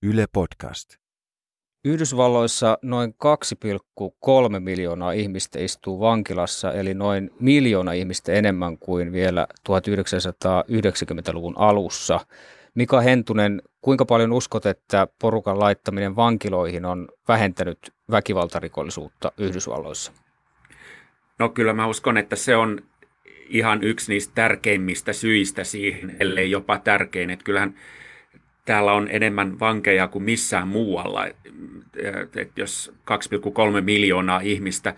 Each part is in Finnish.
Yle Podcast. Yhdysvalloissa noin 2,3 miljoonaa ihmistä istuu vankilassa, eli noin 1 miljoona ihmistä enemmän kuin vielä 1990-luvun alussa. Mika Hentunen, kuinka paljon uskot, että porukan laittaminen vankiloihin on vähentänyt väkivaltarikollisuutta Yhdysvalloissa? No kyllä mä uskon, että se on ihan yksi niistä tärkeimmistä syistä siihen, ellei jopa tärkein. Että kyllähän täällä on enemmän vankeja kuin missään muualla. Et jos 2,3 miljoonaa ihmistä,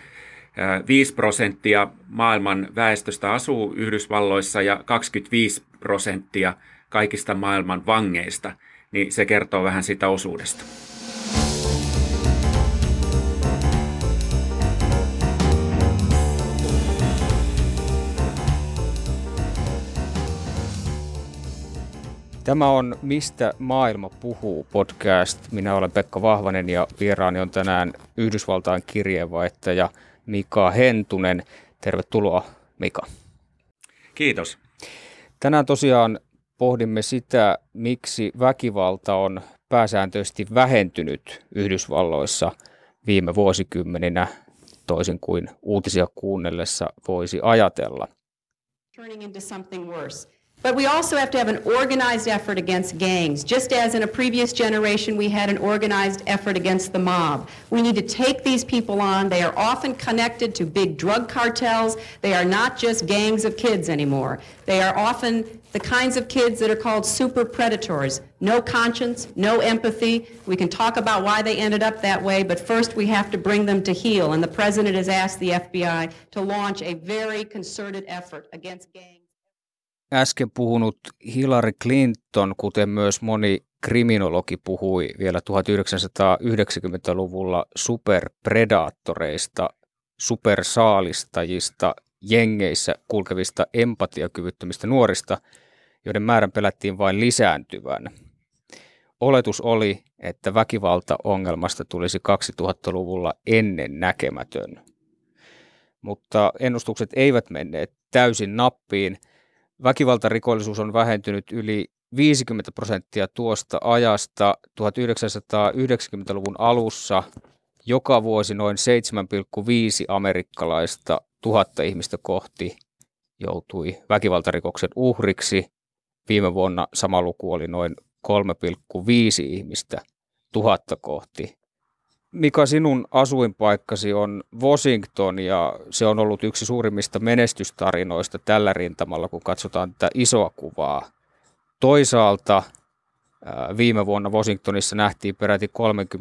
5% maailman väestöstä asuu Yhdysvalloissa ja 25% kaikista maailman vangeista, niin se kertoo vähän sitä osuudesta. Tämä on Mistä maailma puhuu podcast. Minä olen Pekka Vahvanen ja vieraani on tänään Yhdysvaltain kirjeenvaihtaja Mika Hentunen. Tervetuloa, Mika. Kiitos. Tänään tosiaan pohdimme sitä, miksi väkivalta on pääsääntöisesti vähentynyt Yhdysvalloissa viime vuosikymmeninä, toisin kuin uutisia kuunnellessa voisi ajatella. Turning into something worse. But we also have to have an organized effort against gangs. Just as in a previous generation we had an organized effort against the mob. We need to take these people on. They are often connected to big drug cartels. They are not just gangs of kids anymore. They are often the kinds of kids that are called super predators. No conscience, no empathy. We can talk about why they ended up that way, but first we have to bring them to heel. And the president has asked the FBI to launch a very concerted effort against gangs. Äsken puhunut Hillary Clinton, kuten myös moni kriminologi, puhui vielä 1990-luvulla superpredaattoreista, supersaalistajista, jengeissä kulkevista empatiakyvyttömistä nuorista, joiden määrän pelättiin vain lisääntyvän. Oletus oli, että väkivaltaongelmasta tulisi 2000-luvulla ennennäkemätön. Mutta ennustukset eivät menneet täysin nappiin. Väkivaltarikollisuus on vähentynyt yli 50% tuosta ajasta. 1990-luvun alussa joka vuosi noin 7,5 amerikkalaista 1000 ihmistä kohti joutui väkivaltarikoksen uhriksi. Viime vuonna sama luku oli noin 3,5 ihmistä 1000 kohti. Mika, sinun asuinpaikkasi on Washington ja se on ollut yksi suurimmista menestystarinoista tällä rintamalla, kun katsotaan tätä isoa kuvaa. Toisaalta viime vuonna Washingtonissa nähtiin peräti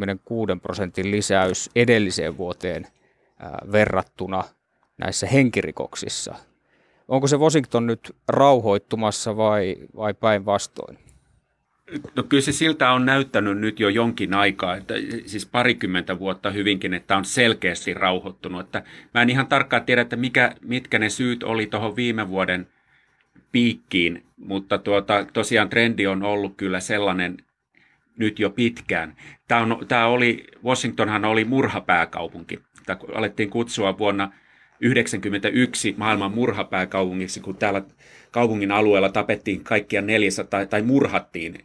36% lisäys edelliseen vuoteen verrattuna näissä henkirikoksissa. Onko se Washington nyt rauhoittumassa vai päinvastoin? No kyllä se siltä on näyttänyt nyt jo jonkin aikaa, että siis 20 vuotta hyvinkin, että on selkeästi rauhoittunut. Että mä en ihan tarkkaan tiedä, että mitkä ne syyt oli tuohon viime vuoden piikkiin, mutta tosiaan trendi on ollut kyllä sellainen nyt jo pitkään. Washingtonhan oli murhapääkaupunki. Tätä alettiin kutsua vuonna 1991 maailman murhapääkaupungiksi, kun täällä kaupungin alueella tapettiin kaikkia 400 tai murhattiin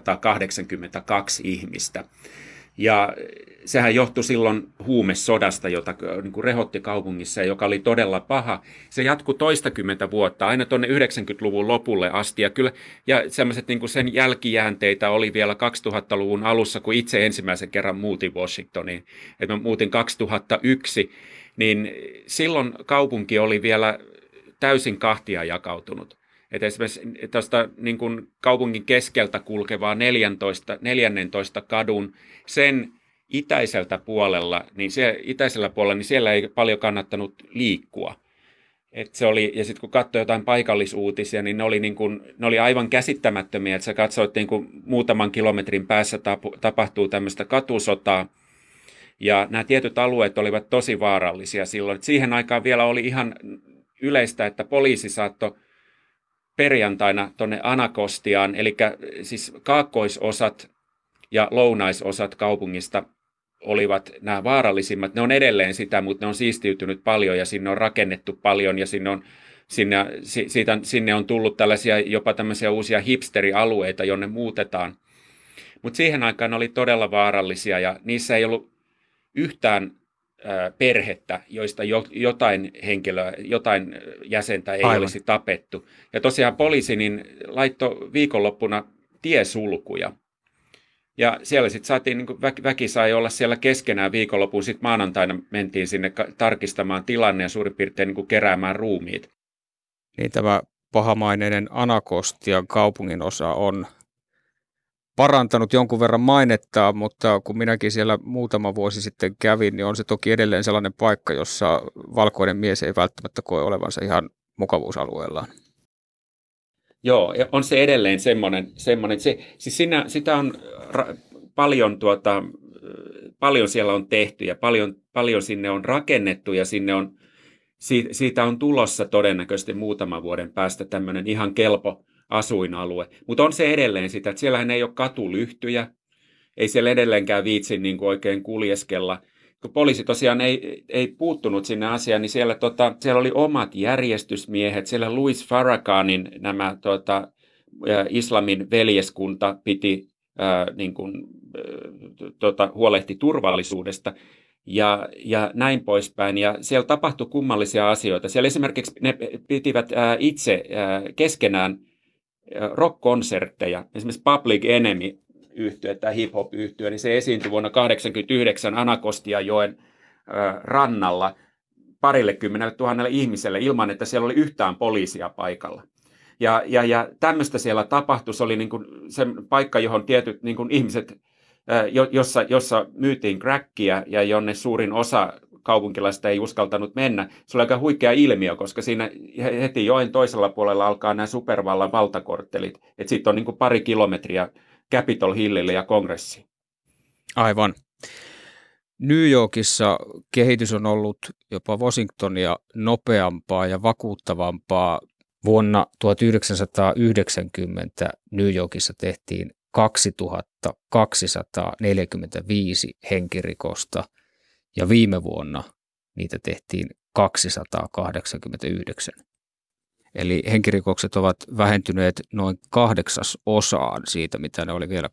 482 ihmistä. Ja sehän johtui silloin huumesodasta, jota niin kuin rehotti kaupungissa ja joka oli todella paha. Se jatkui toistakymmentä vuotta, aina tuonne 90-luvun lopulle asti. Ja semmoiset niin kuin sen jälkijäänteitä oli vielä 2000-luvun alussa, kun itse ensimmäisen kerran muutin Washingtoniin. Et mä muutin 2001, niin silloin kaupunki oli vielä täysin kahtia jakautunut. Että esimerkiksi tuosta niin kuin kaupungin keskeltä kulkevaa 14 kadun, sen itäisellä puolella, niin siellä ei paljon kannattanut liikkua. Et se oli, ja sitten kun katsoi jotain paikallisuutisia, niin ne oli aivan käsittämättömiä, että sä katsoit niin kuin muutaman kilometrin päässä tapahtuu tämmöistä katusotaa, ja nämä tietyt alueet olivat tosi vaarallisia silloin. Et siihen aikaan vielä oli ihan yleistä, että poliisi saattoi perjantaina tuonne Anakostiaan, eli siis kaakkoisosat ja lounaisosat kaupungista olivat nämä vaarallisimmat. Ne on edelleen sitä, mutta ne on siistiytynyt paljon ja sinne on rakennettu paljon ja sinne on tullut jopa tämmöisiä uusia hipsterialueita, jonne muutetaan. mutta siihen aikaan ne oli todella vaarallisia ja niissä ei ollut yhtään perhettä, joista jotain henkilöä, jotain jäsentä ei Aivan. olisi tapettu. Ja tosiaan poliisi niin laittoi viikonloppuna tiesulkuja. Ja siellä sitten saatiin, niin väki sai olla siellä keskenään viikonloppuun, sitten maanantaina mentiin sinne tarkistamaan tilanne ja suurin piirtein niin keräämään ruumiit. Niin tämä pahamaineinen Anakostian kaupungin osa on parantanut jonkun verran mainettaa, mutta kun minäkin siellä muutama vuosi sitten kävin, niin on se toki edelleen sellainen paikka, jossa valkoinen mies ei välttämättä koe olevansa ihan mukavuusalueellaan. Joo, on se edelleen semmoinen siis sitä on paljon siellä on tehty ja paljon sinne on rakennettu ja siitä on tulossa todennäköisesti muutaman vuoden päästä tämmöinen ihan kelpo asuinalue. Mutta on se edelleen sitä, että siellähän ei ole katulyhtyjä, ei siellä edelleenkään viitsi niin kuin oikein kuljeskella. Kun poliisi tosiaan ei puuttunut sinne asiaan, niin siellä oli omat järjestysmiehet. Siellä Louis Farrakhanin nämä islamin veljeskunta piti huolehti turvallisuudesta ja näin poispäin. Ja siellä tapahtui kummallisia asioita. Siellä esimerkiksi ne pitivät itse keskenään rock-konsertteja. Esimerkiksi Public Enemy-yhtye, tämä hip-hop-yhtye, niin se esiintyi vuonna 1989 Anakostianjoen rannalla 20,000 ihmiselle ilman, että siellä oli yhtään poliisia paikalla. Ja tämmöistä siellä tapahtui. Se oli niin kuin se paikka, johon tietyt niin kuin ihmiset, jossa myytiin crackia ja jonne suurin osa kaupunkilaista ei uskaltanut mennä. Se oli aika huikea ilmiö, koska siinä heti joen toisella puolella alkaa nämä supervallan valtakorttelit. Että siitä on niin kuin 2 kilometriä Capitol Hillille ja Kongressiin. Aivan. New Yorkissa kehitys on ollut jopa Washingtonia nopeampaa ja vakuuttavampaa. Vuonna 1990 New Yorkissa tehtiin 2245 henkirikosta ja viime vuonna niitä tehtiin 289. Eli henkirikokset ovat vähentyneet noin 8% siitä, mitä ne oli vielä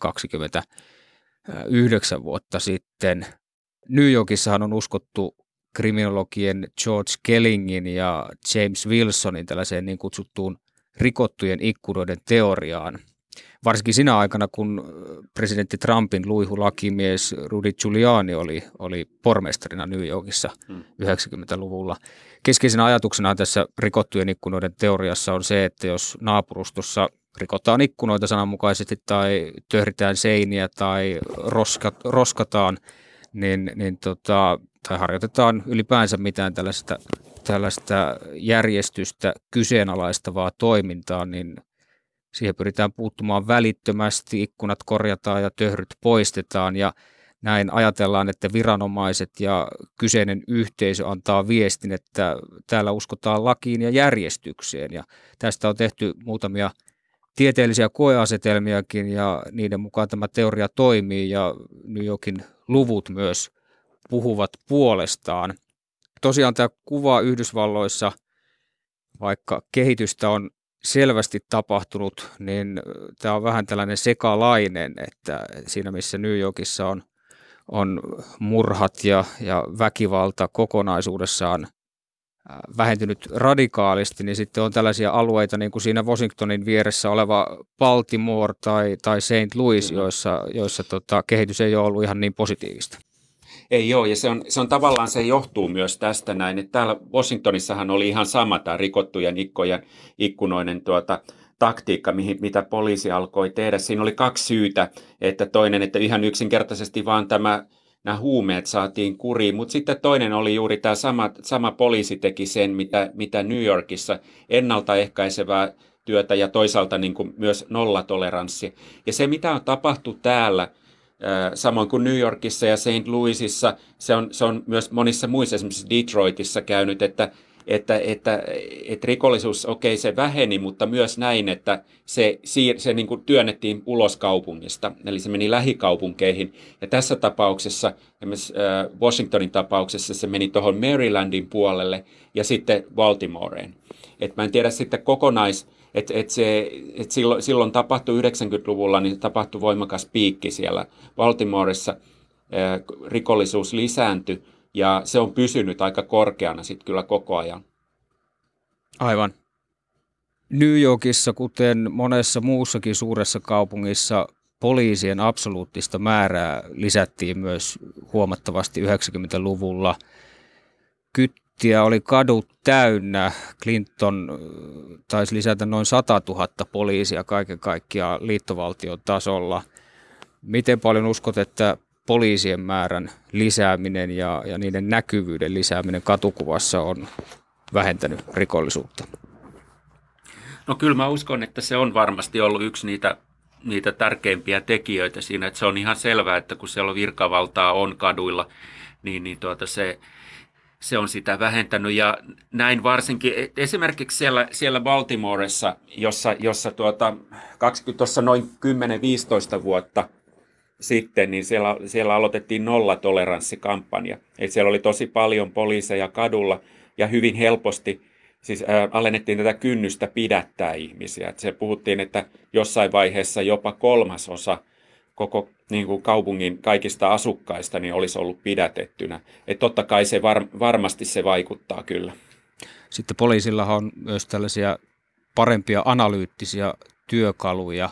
29 vuotta sitten. New Yorkissahan on uskottu kriminologien George Kellingin ja James Wilsonin tällaiseen niin kutsuttuun rikottujen ikkunoiden teoriaan. Varsinkin sinä aikana, kun presidentti Trumpin luihulakimies Rudy Giuliani oli pormestarina New Yorkissa 90-luvulla. Keskeisenä ajatuksena tässä rikottujen ikkunoiden teoriassa on se, että jos naapurustossa rikotaan ikkunoita sananmukaisesti tai töhritään seiniä tai roskataan, tai harjoitetaan ylipäänsä mitään tällaista järjestystä kyseenalaistavaa toimintaa, niin siihen pyritään puuttumaan välittömästi, ikkunat korjataan ja töhryt poistetaan ja näin ajatellaan, että viranomaiset ja kyseinen yhteisö antaa viestin, että täällä uskotaan lakiin ja järjestykseen ja tästä on tehty muutamia tieteellisiä koeasetelmiakin ja niiden mukaan tämä teoria toimii ja New Yorkin luvut myös puhuvat puolestaan. Tosiaan tämä kuva Yhdysvalloissa, vaikka kehitystä on selvästi tapahtunut, niin tämä on vähän tällainen sekalainen, että siinä missä New Yorkissa on murhat ja väkivalta kokonaisuudessaan vähentynyt radikaalisti, niin sitten on tällaisia alueita niin kuin siinä Washingtonin vieressä oleva Baltimore tai St. Louis, joissa kehitys ei ole ollut ihan niin positiivista. Ei ole, ja se on tavallaan, se johtuu myös tästä näin, että täällä Washingtonissahan oli ihan sama tämä rikottujen ikkunoiden taktiikka, mitä poliisi alkoi tehdä. Siinä oli 2 syytä, että toinen, että ihan yksinkertaisesti vaan nämä huumeet saatiin kuriin, mutta sitten toinen oli juuri tämä sama poliisi teki sen, mitä New Yorkissa ennaltaehkäisevää työtä ja toisaalta niin kuin myös nollatoleranssi. Ja se, mitä on tapahtunut täällä, samoin kuin New Yorkissa ja St. Louisissa, se on myös monissa muissa, esimerkiksi Detroitissa käynyt, että rikollisuus, se väheni, mutta myös näin, että se niin kuin työnnettiin ulos kaupungista, eli se meni lähikaupunkeihin. Ja tässä tapauksessa, esimerkiksi Washingtonin tapauksessa, se meni tuohon Marylandin puolelle ja sitten Baltimoreen. Et mä en tiedä sitten Silloin tapahtui 90-luvulla, niin tapahtui voimakas piikki siellä Baltimoressa, rikollisuus lisääntyi ja se on pysynyt aika korkeana sitten kyllä koko ajan. Aivan. New Yorkissa, kuten monessa muussakin suuressa kaupungissa, poliisien absoluuttista määrää lisättiin myös huomattavasti 90-luvulla. Kyttiä oli kadut täynnä. Clinton taisi lisätä noin 100 000 poliisia kaiken kaikkiaan liittovaltion tasolla. Miten paljon uskot, että poliisien määrän lisääminen ja niiden näkyvyyden lisääminen katukuvassa on vähentänyt rikollisuutta? No kyllä mä uskon, että se on varmasti ollut yksi niitä tärkeimpiä tekijöitä siinä, että se on ihan selvää, että kun siellä virkavaltaa on kaduilla, niin se on sitä vähentänyt ja näin varsinkin esimerkiksi siellä Baltimoressa, jossa tuossa noin 10-15 vuotta sitten, niin siellä aloitettiin nollatoleranssi-kampanja. Eli siellä oli tosi paljon poliiseja kadulla ja hyvin helposti siis alennettiin tätä kynnystä pidättää ihmisiä. Et se puhuttiin, että jossain vaiheessa jopa 1/3 koko niin kuin kaupungin kaikista asukkaista niin olisi ollut pidätettynä. Et totta kai se varmasti se vaikuttaa kyllä. Sitten poliisillahan on myös tällaisia parempia analyyttisiä työkaluja,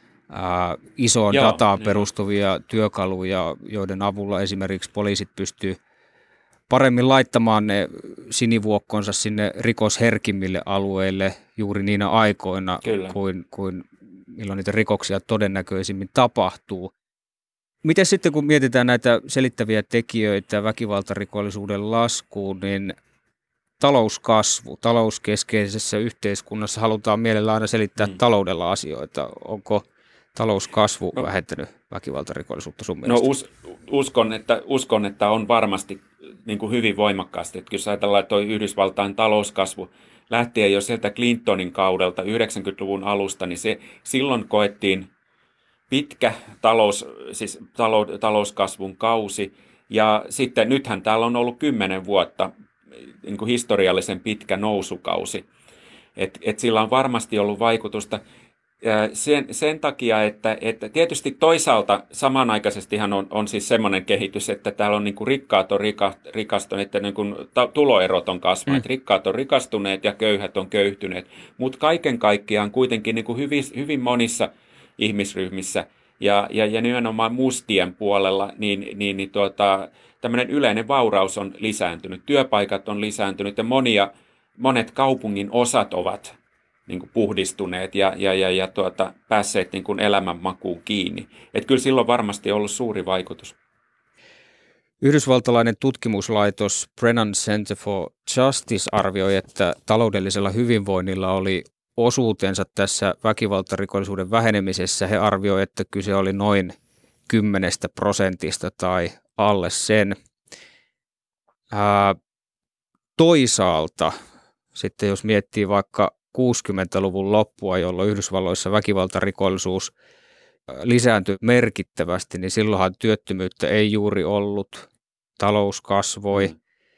isoon dataan perustuvia työkaluja, joiden avulla esimerkiksi poliisit pystyy paremmin laittamaan ne sinivuokkonsa sinne rikosherkimmille alueille juuri niinä aikoina, kuin milloin niitä rikoksia todennäköisimmin tapahtuu. Miten sitten, kun mietitään näitä selittäviä tekijöitä väkivaltarikollisuuden laskuun, niin talouskasvu, talouskeskeisessä yhteiskunnassa halutaan mielellään aina selittää taloudella asioita. Onko talouskasvu vähentänyt väkivaltarikollisuutta sun mielestä? Uskon, että on varmasti niin kuin hyvin voimakkaasti. Että jos ajatellaan, että tuo Yhdysvaltain talouskasvu lähtien jo sieltä Clintonin kaudelta 90-luvun alusta, niin silloin koettiin pitkä talouskasvun kausi. Ja sitten nythän täällä on ollut 10 vuotta niin kuin historiallisen pitkä nousukausi. Et sillä on varmasti ollut vaikutusta. Sen takia, että tietysti toisaalta samanaikaisestihan on siis semmoinen kehitys, että täällä on niin kuin rikkaat on rikastuneet, että niin kuin tuloerot on kasvaneet, rikkaat on rikastuneet ja köyhät on köyhtyneet, mutta kaiken kaikkiaan kuitenkin niin kuin hyvin monissa ihmisryhmissä ja nimenomaan mustien puolella tämmöinen yleinen vauraus on lisääntynyt, työpaikat on lisääntynyt ja monet kaupungin osat ovat niin kuin puhdistuneet ja päässeet niin kuin elämänmakuun kiinni. Että kyllä sillä on varmasti ollut suuri vaikutus. Yhdysvaltalainen tutkimuslaitos Brennan Center for Justice arvioi, että taloudellisella hyvinvoinnilla oli osuutensa tässä väkivaltarikollisuuden vähenemisessä. He arvioivat, että kyse oli noin 10% tai alle sen. Toisaalta sitten jos miettii vaikka 60-luvun loppua, jolloin Yhdysvalloissa väkivaltarikollisuus lisääntyi merkittävästi, niin silloinhan työttömyyttä ei juuri ollut, talous kasvoi.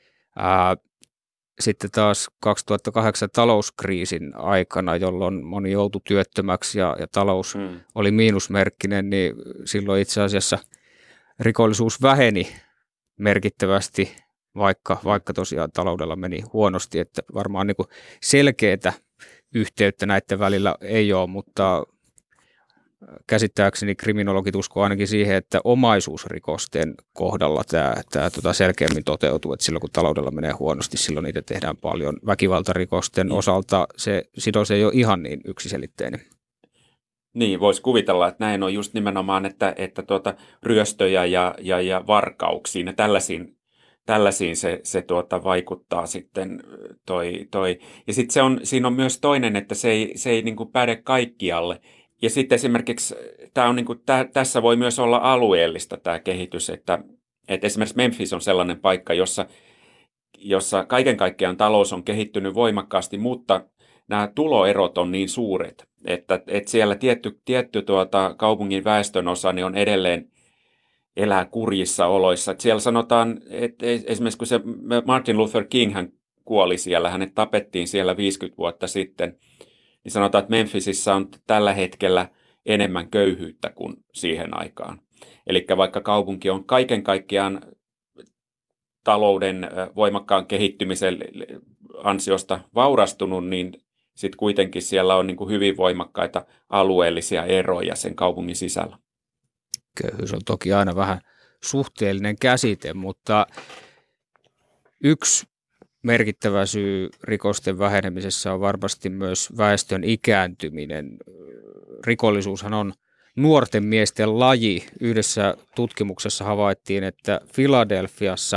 Sitten taas 2008 talouskriisin aikana, jolloin moni joutui työttömäksi ja talous oli miinusmerkkinen, niin silloin itse asiassa rikollisuus väheni merkittävästi, vaikka tosiaan taloudella meni huonosti, että varmaan niin kuin selkeätä yhteyttä näiden välillä ei ole, mutta käsittääkseni kriminologit uskoo ainakin siihen, että omaisuusrikosten kohdalla tämä selkeämmin toteutuu, että silloin kun taloudella menee huonosti, silloin niitä tehdään paljon. Väkivaltarikosten osalta se sidos ei ole ihan niin yksiselitteinen. Niin, voisi kuvitella, että näin on just nimenomaan, että ryöstöjä ja varkauksiin ja tällaisiin se vaikuttaa sitten toi. Ja sitten siinä on myös toinen, että se ei niin kuin päde kaikkialle. Ja sitten esimerkiksi tässä voi myös olla alueellista tämä kehitys, että esimerkiksi Memphis on sellainen paikka, jossa kaiken kaikkiaan talous on kehittynyt voimakkaasti, mutta nämä tuloerot on niin suuret, että siellä tietty kaupungin väestönosa niin on edelleen elää kurjissa oloissa. Että siellä sanotaan, että esimerkiksi kun se Martin Luther King hän kuoli siellä, hänet tapettiin siellä 50 vuotta sitten, niin sanotaan, että Memphisissä on tällä hetkellä enemmän köyhyyttä kuin siihen aikaan. Eli vaikka kaupunki on kaiken kaikkiaan talouden voimakkaan kehittymisen ansiosta vaurastunut, niin sitten kuitenkin siellä on niin kuin hyvin voimakkaita alueellisia eroja sen kaupungin sisällä. Köyhyys on toki aina vähän suhteellinen käsite, mutta yksi merkittävä syy rikosten vähenemisessä on varmasti myös väestön ikääntyminen. Rikollisuushan on nuorten miesten laji. Yhdessä tutkimuksessa havaittiin, että Filadelfiassa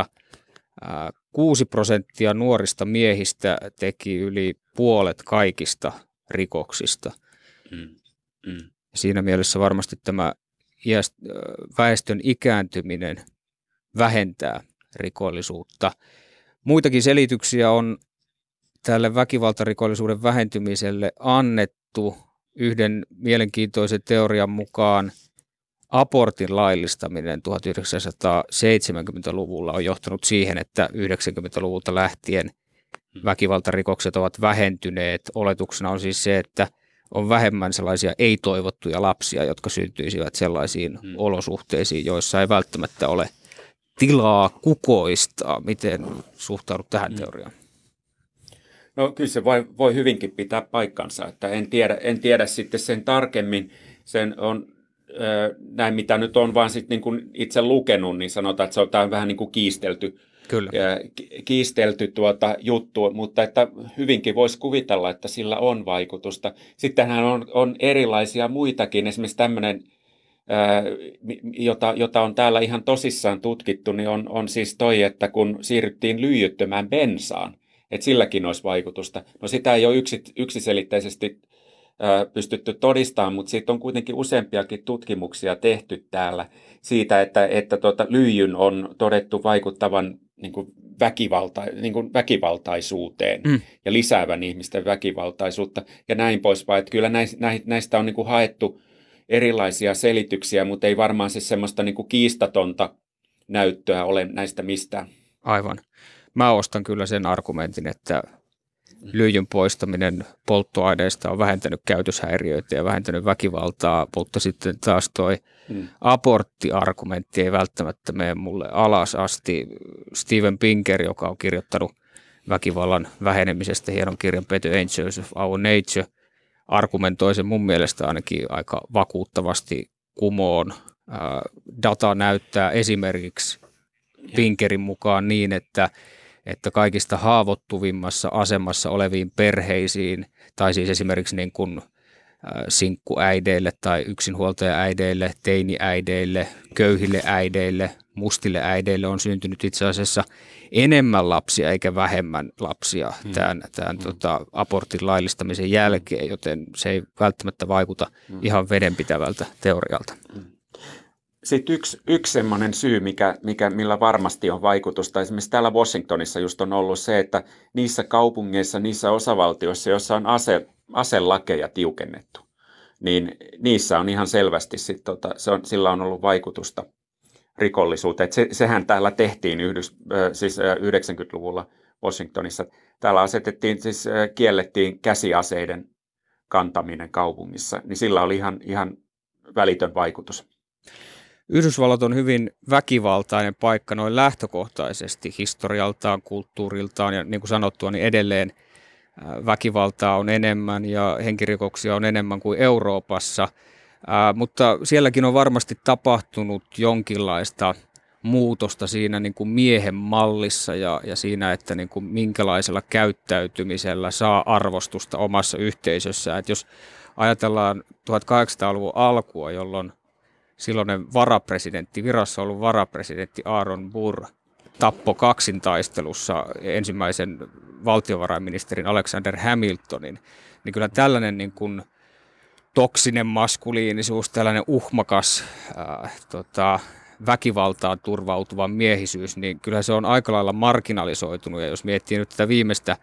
6% nuorista miehistä teki yli puolet kaikista rikoksista. Siinä mielessä varmasti tämä väestön ikääntyminen vähentää rikollisuutta. Muitakin selityksiä on tälle väkivaltarikollisuuden vähentymiselle annettu. Yhden mielenkiintoisen teorian mukaan abortin laillistaminen 1970-luvulla on johtanut siihen, että 90-luvulta lähtien väkivaltarikokset ovat vähentyneet. Oletuksena on siis se, että on vähemmän sellaisia ei-toivottuja lapsia, jotka syntyisivät sellaisiin olosuhteisiin, joissa ei välttämättä ole tilaa kukoistaa. Miten suhtaudut tähän teoriaan? No kyllä se voi hyvinkin pitää paikkansa, että en tiedä sitten sen tarkemmin. Sen on näin, mitä nyt on vaan sitten niin kuin itse lukenut, niin sanotaan, että se on vähän niin kuin kiistelty juttu, mutta että hyvinkin voisi kuvitella, että sillä on vaikutusta. Sittenhän on erilaisia muitakin, esimerkiksi tämmöinen, jota on täällä ihan tosissaan tutkittu, niin on siis toi, että kun siirryttiin lyijyttömään bensaan, että silläkin olisi vaikutusta. No sitä ei ole yksiselitteisesti pystytty todistamaan, mutta siitä on kuitenkin useampiakin tutkimuksia tehty täällä siitä, että lyijyn on todettu vaikuttavan niin kuin väkivaltaisuuteen ja lisäävän ihmisten väkivaltaisuutta ja näin poispäin. Että kyllä näistä on niin kuin haettu erilaisia selityksiä, mutta ei varmaan siis semmoista niin kuin kiistatonta näyttöä ole näistä mistään. Aivan. Mä ostan kyllä sen argumentin, että lyijyn poistaminen polttoaineista on vähentänyt käytöshäiriöitä ja vähentänyt väkivaltaa, mutta sitten taas toi aborttiargumentti ei välttämättä mene mulle alas asti. Steven Pinker, joka on kirjoittanut väkivallan vähenemisestä hienon kirjan Better Angels of Our Nature, argumentoi sen mun mielestä ainakin aika vakuuttavasti kumoon. Data näyttää esimerkiksi Pinkerin mukaan niin, että kaikista haavoittuvimmassa asemassa oleviin perheisiin, tai siis esimerkiksi niin kuin sinkkuäideille tai yksinhuoltajaäideille, teiniäideille, köyhille äideille, mustille äideille on syntynyt itse asiassa enemmän lapsia eikä vähemmän lapsia tämän abortin laillistamisen jälkeen, joten se ei välttämättä vaikuta ihan vedenpitävältä teorialta. Sitten yksi semmoinen syy, millä varmasti on vaikutusta, esimerkiksi täällä Washingtonissa just on ollut se, että niissä kaupungeissa, niissä osavaltioissa, joissa on aselakeja tiukennettu, niin niissä on ihan selvästi sillä on ollut vaikutusta rikollisuuteen. Sehän täällä tehtiin siis 90-luvulla Washingtonissa. Täällä kiellettiin käsiaseiden kantaminen kaupungissa, niin sillä oli ihan välitön vaikutus. Yhdysvallat on hyvin väkivaltainen paikka noin lähtökohtaisesti historialtaan, kulttuuriltaan ja niin kuin sanottua, niin edelleen väkivaltaa on enemmän ja henkirikoksia on enemmän kuin Euroopassa, mutta sielläkin on varmasti tapahtunut jonkinlaista muutosta siinä niin kuin miehen mallissa ja siinä, että niin kuin minkälaisella käyttäytymisellä saa arvostusta omassa yhteisössään. Että jos ajatellaan 1800-luvun alkua, jolloin silloinen virassa ollut varapresidentti Aaron Burr tappoi kaksintaistelussa ensimmäisen valtiovarainministerin Alexander Hamiltonin, niin kyllä tällainen niin kuin toksinen maskuliinisuus, tällainen uhmakas väkivaltaan turvautuva miehisyys, niin kyllä se on aika lailla marginalisoitunut. Ja jos miettii nyt tätä viimeistä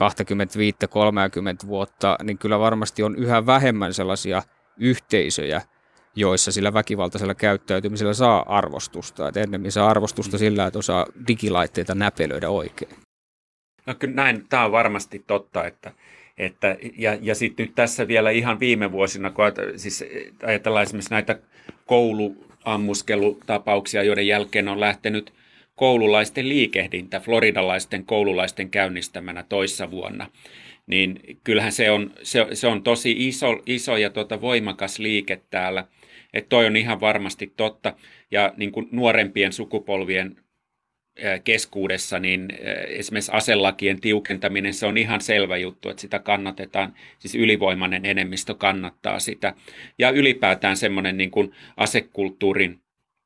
25-30 vuotta, niin kyllä varmasti on yhä vähemmän sellaisia yhteisöjä, joissa sillä väkivaltaisella käyttäytymisellä saa arvostusta. Et ennemmin saa arvostusta sillä, että osaa digilaitteita näpelöidä oikein. No kyllä näin, tämä on varmasti totta, että Ja sitten nyt tässä vielä ihan viime vuosina, kun siis ajatellaan esimerkiksi näitä kouluammuskelutapauksia, joiden jälkeen on lähtenyt koululaisten liikehdintä, floridalaisten koululaisten käynnistämänä toissa vuonna, niin kyllähän se on tosi iso ja voimakas liike täällä. Että toi on ihan varmasti totta. Ja niin kuin nuorempien sukupolvien keskuudessa, niin esimerkiksi aselakien tiukentaminen, se on ihan selvä juttu, että sitä kannatetaan, siis ylivoimainen enemmistö kannattaa sitä. Ja ylipäätään semmoinen niin kuin asekulttuurin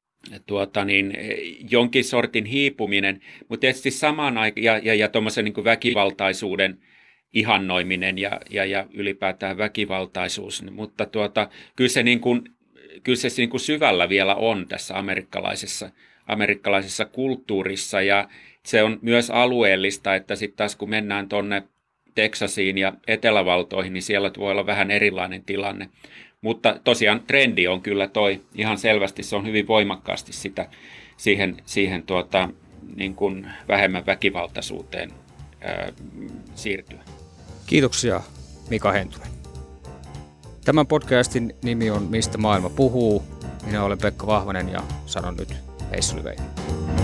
jonkin sortin hiipuminen, mutta tietysti samaan aikaan, ja tuommoisen niin kuin väkivaltaisuuden ihannoiminen ja ylipäätään väkivaltaisuus, mutta kyllä se niin kuin syvällä vielä on tässä amerikkalaisessa kulttuurissa, ja se on myös alueellista, että sitten taas kun mennään tuonne Teksasiin ja Etelävaltoihin, niin siellä voi olla vähän erilainen tilanne. Mutta tosiaan trendi on kyllä toi ihan selvästi, se on hyvin voimakkaasti siihen niin kuin vähemmän väkivaltaisuuteen siirtyä. Kiitoksia Mika Hentunen. Tämän podcastin nimi on Mistä maailma puhuu. Minä olen Pekka Vahvanen ja sanon nyt heissulivei.